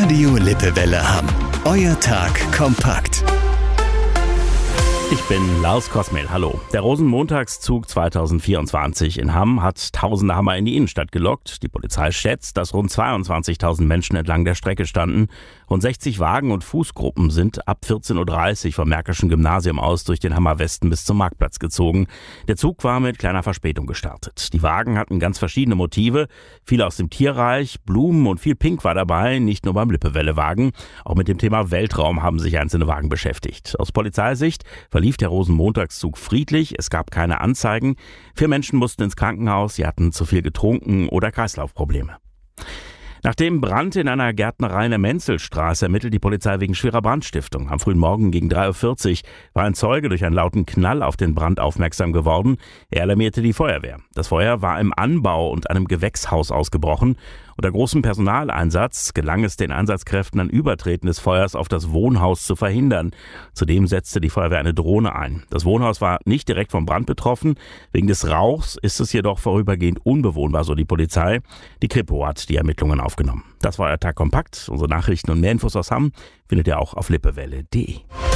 Radio Lippewelle Hamm. Euer Tag kompakt. Ich bin Lars Kosmel, hallo. Der Rosenmontagszug 2024 in Hamm hat tausende Hammer in die Innenstadt gelockt. Die Polizei schätzt, dass rund 22.000 Menschen entlang der Strecke standen. Rund 60 Wagen und Fußgruppen sind ab 14.30 Uhr vom Märkischen Gymnasium aus durch den Hammer Westen bis zum Marktplatz gezogen. Der Zug war mit kleiner Verspätung gestartet. Die Wagen hatten ganz verschiedene Motive, viele aus dem Tierreich, Blumen und viel Pink war dabei, nicht nur beim Lippewelle-Wagen. Auch mit dem Thema Weltraum haben sich einzelne Wagen beschäftigt. Aus Polizeisicht verlief der Rosenmontagszug friedlich, es gab keine Anzeigen. 4 Menschen mussten ins Krankenhaus, sie hatten zu viel getrunken oder Kreislaufprobleme. Nach dem Brand in einer Gärtnerei in der Menzelstraße ermittelt die Polizei wegen schwerer Brandstiftung. Am frühen Morgen gegen 3.40 Uhr war ein Zeuge durch einen lauten Knall auf den Brand aufmerksam geworden. Er alarmierte die Feuerwehr. Das Feuer war im Anbau und einem Gewächshaus ausgebrochen. Unter großem Personaleinsatz gelang es den Einsatzkräften, ein Übertreten des Feuers auf das Wohnhaus zu verhindern. Zudem setzte die Feuerwehr eine Drohne ein. Das Wohnhaus war nicht direkt vom Brand betroffen. Wegen des Rauchs ist es jedoch vorübergehend unbewohnbar, so die Polizei. Die Kripo hat die Ermittlungen aufgenommen. Das war euer Tag kompakt. Unsere Nachrichten und mehr Infos aus Hamm findet ihr auch auf lippewelle.de.